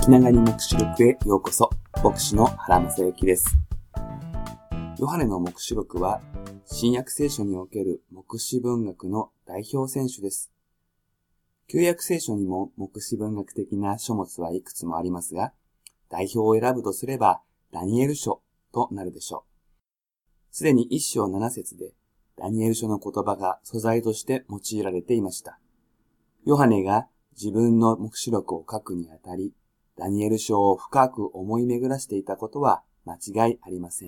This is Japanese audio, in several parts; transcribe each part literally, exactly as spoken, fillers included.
気長に黙示録へようこそ。牧師の原正幸です。ヨハネの黙示録は新約聖書における黙示文学の代表選手です。旧約聖書にも黙示文学的な書物はいくつもありますが、代表を選ぶとすればダニエル書となるでしょう。すでに一章七節でダニエル書の言葉が素材として用いられていました。ヨハネが自分の黙示録を書くにあたり、ダニエル書を深く思い巡らしていたことは間違いありません。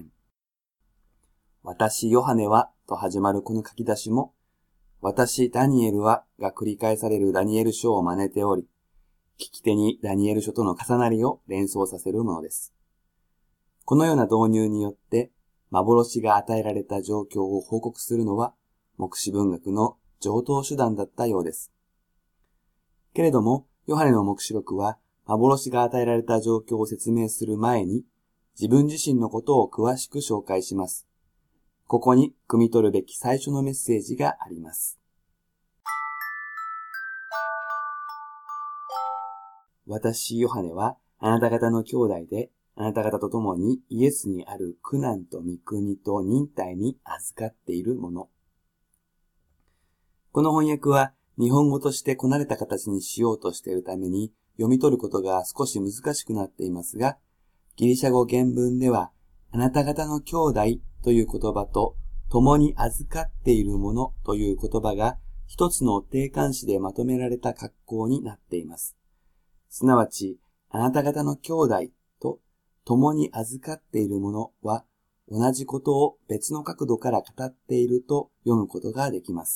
私ヨハネはと始まるこの書き出しも、私ダニエルはが繰り返されるダニエル書を真似ており、聞き手にダニエル書との重なりを連想させるものです。このような導入によって、幻が与えられた状況を報告するのは、黙示文学の常套手段だったようです。けれども、ヨハネの黙示録は、幻が与えられた状況を説明する前に、自分自身のことを詳しく紹介します。ここに汲み取るべき最初のメッセージがあります。私、ヨハネは、あなた方の兄弟で、あなた方と共にイエスにある苦難と御国と忍耐に預かっているもの。この翻訳は、日本語としてこなれた形にしようとしているために、読み取ることが少し難しくなっていますが、ギリシャ語原文では、あなた方の兄弟という言葉と、共に預かっているものという言葉が、一つの定冠詞でまとめられた格好になっています。すなわち、あなた方の兄弟と、共に預かっているものは、同じことを別の角度から語っていると読むことができます。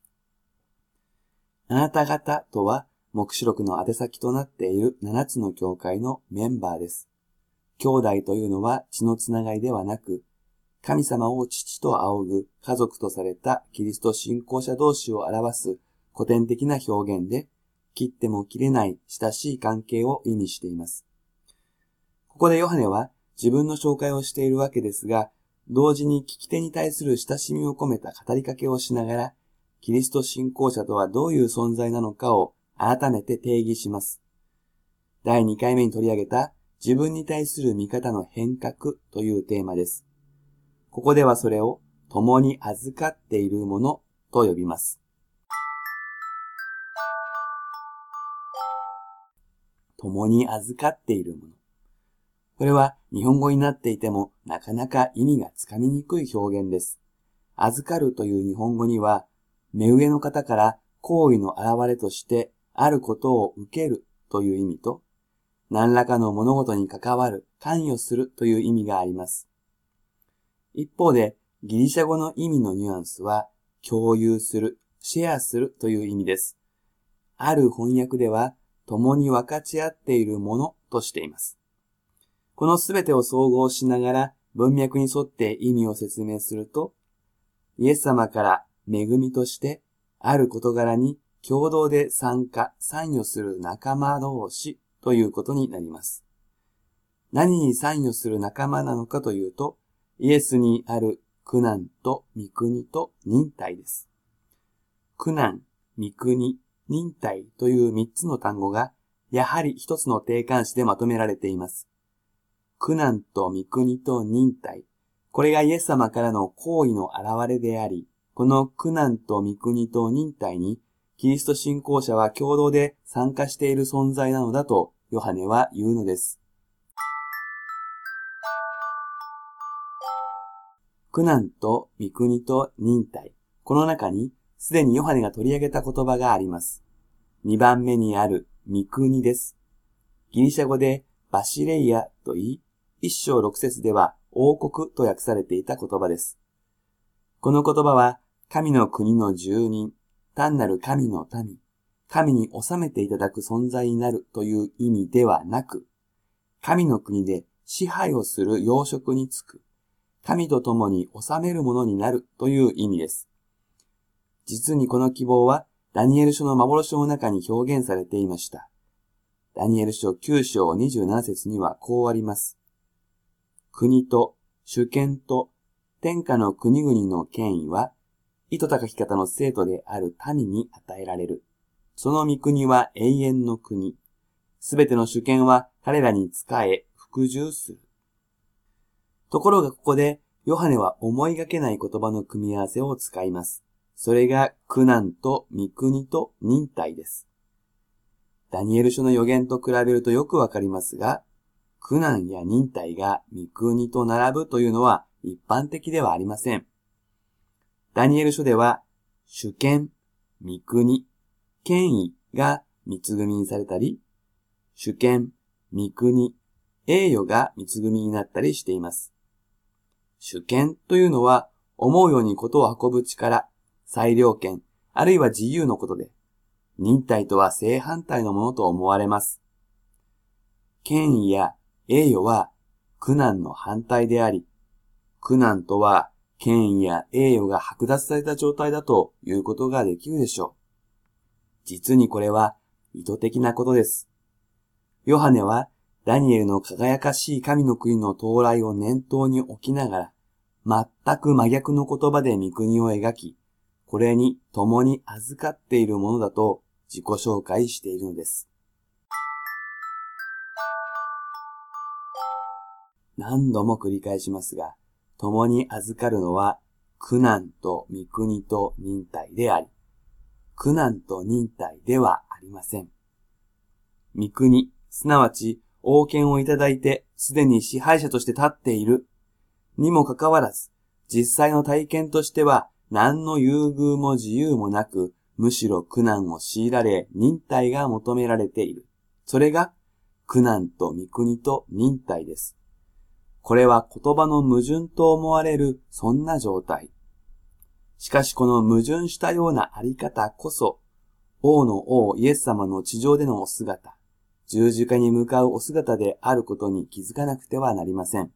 あなた方とは、黙示録の宛先となっている七つの教会のメンバーです。兄弟というのは血のつながりではなく、神様を父と仰ぐ家族とされたキリスト信仰者同士を表す古典的な表現で、切っても切れない親しい関係を意味しています。ここでヨハネは自分の紹介をしているわけですが、同時に聞き手に対する親しみを込めた語りかけをしながら、キリスト信仰者とはどういう存在なのかを改めて定義します。だいにかいめに取り上げた自分に対する見方の変革というテーマです。ここではそれを共に預かっているものと呼びます。共に預かっているもの。これは日本語になっていてもなかなか意味がつかみにくい表現です。預かるという日本語には、目上の方から行為の表れとしてあることを受けるという意味と、何らかの物事に関わる、関与するという意味があります。一方で、ギリシャ語の意味のニュアンスは、共有する、シェアするという意味です。ある翻訳では、共に分かち合っているものとしています。このすべてを総合しながら、文脈に沿って意味を説明すると、イエス様から恵みとして、ある事柄に共同で参加、参与する仲間同士ということになります。何に参与する仲間なのかというと、イエスにある苦難と御国と忍耐です。苦難、御国、忍耐という三つの単語が、やはり一つの定冠詞でまとめられています。苦難と御国と忍耐。これがイエス様からの行為の現れであり、この苦難と御国と忍耐に、キリスト信仰者は共同で参加している存在なのだと、ヨハネは言うのです。苦難と御国と忍耐。この中に、すでにヨハネが取り上げた言葉があります。二番目にある御国です。ギリシャ語でバシレイアと言い、一章六節では王国と訳されていた言葉です。この言葉は神の国の住人、単なる神の民、神に治めていただく存在になるという意味ではなく、神の国で支配をする要職に就く、神と共に治めるものになるという意味です。実にこの希望はダニエル書の幻の中に表現されていました。ダニエル書きゅう章にじゅうなな節にはこうあります。国と主権と天下の国々の権威は、意図高き方の生徒である民に与えられる。その御国は永遠の国。 すべての主権は彼らに仕え、服従する。ところがここで、ヨハネは思いがけない言葉の組み合わせを使います。それが苦難と御国と忍耐です。ダニエル書の預言と比べるとよくわかりますが、苦難や忍耐が御国と並ぶというのは一般的ではありません。ダニエル書では、主権、御国、権威が三つ組にされたり、主権、御国、栄誉が三つ組になったりしています。主権というのは、思うようにことを運ぶ力、裁量権、あるいは自由のことで、忍耐とは正反対のものと思われます。権威や栄誉は苦難の反対であり、苦難とは権威や栄誉が剥奪された状態だということができるでしょう。実にこれは意図的なことです。ヨハネはダニエルの輝かしい神の国の到来を念頭に置きながら、全く真逆の言葉で御国を描き、これに共に預かっているものだと自己紹介しているのです。何度も繰り返しますが、共に預かるのは苦難と御国と忍耐であり、苦難と忍耐ではありません。御国、すなわち王権をいただいてすでに支配者として立っているにもかかわらず、実際の体験としては何の優遇も自由もなく、むしろ苦難を強いられ、忍耐が求められている。それが苦難と御国と忍耐です。これは言葉の矛盾と思われるそんな状態。しかしこの矛盾したようなあり方こそ、王の王イエス様の地上でのお姿、十字架に向かうお姿であることに気づかなくてはなりません。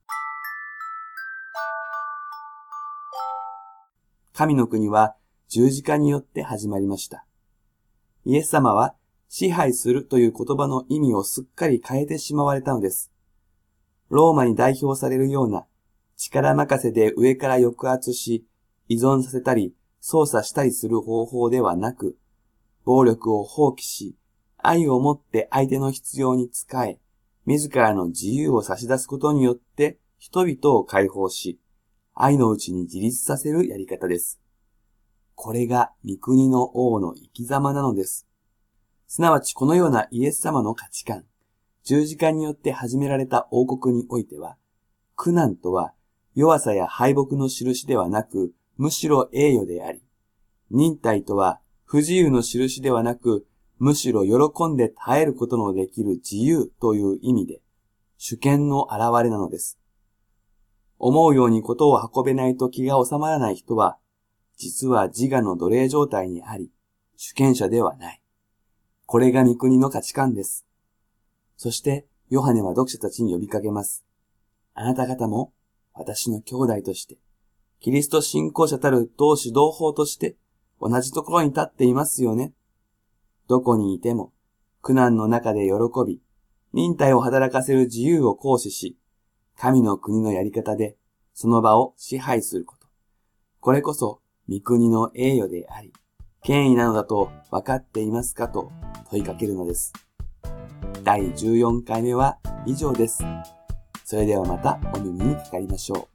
神の国は十字架によって始まりました。イエス様は支配するという言葉の意味をすっかり変えてしまわれたのです。ローマに代表されるような力任せで上から抑圧し、依存させたり操作したりする方法ではなく、暴力を放棄し、愛をもって相手の必要に仕え、自らの自由を差し出すことによって人々を解放し、愛のうちに自立させるやり方です。これが御国の王の生き様なのです。すなわちこのようなイエス様の価値観、十字架によって始められた王国においては、苦難とは弱さや敗北の印ではなく、むしろ栄誉であり、忍耐とは不自由の印ではなく、むしろ喜んで耐えることのできる自由という意味で、主権の現れなのです。思うようにことを運べないと気が収まらない人は、実は自我の奴隷状態にあり、主権者ではない。これが御国の価値観です。そして、ヨハネは読者たちに呼びかけます。あなた方も、私の兄弟として、キリスト信仰者たる同志同胞として、同じところに立っていますよね。どこにいても、苦難の中で喜び、忍耐を働かせる自由を行使し、神の国のやり方で、その場を支配すること。これこそ、御国の栄誉であり、権威なのだと分かっていますかと問いかけるのです。だいじゅうよんかいめは以上です。それではまたお耳にかかりましょう。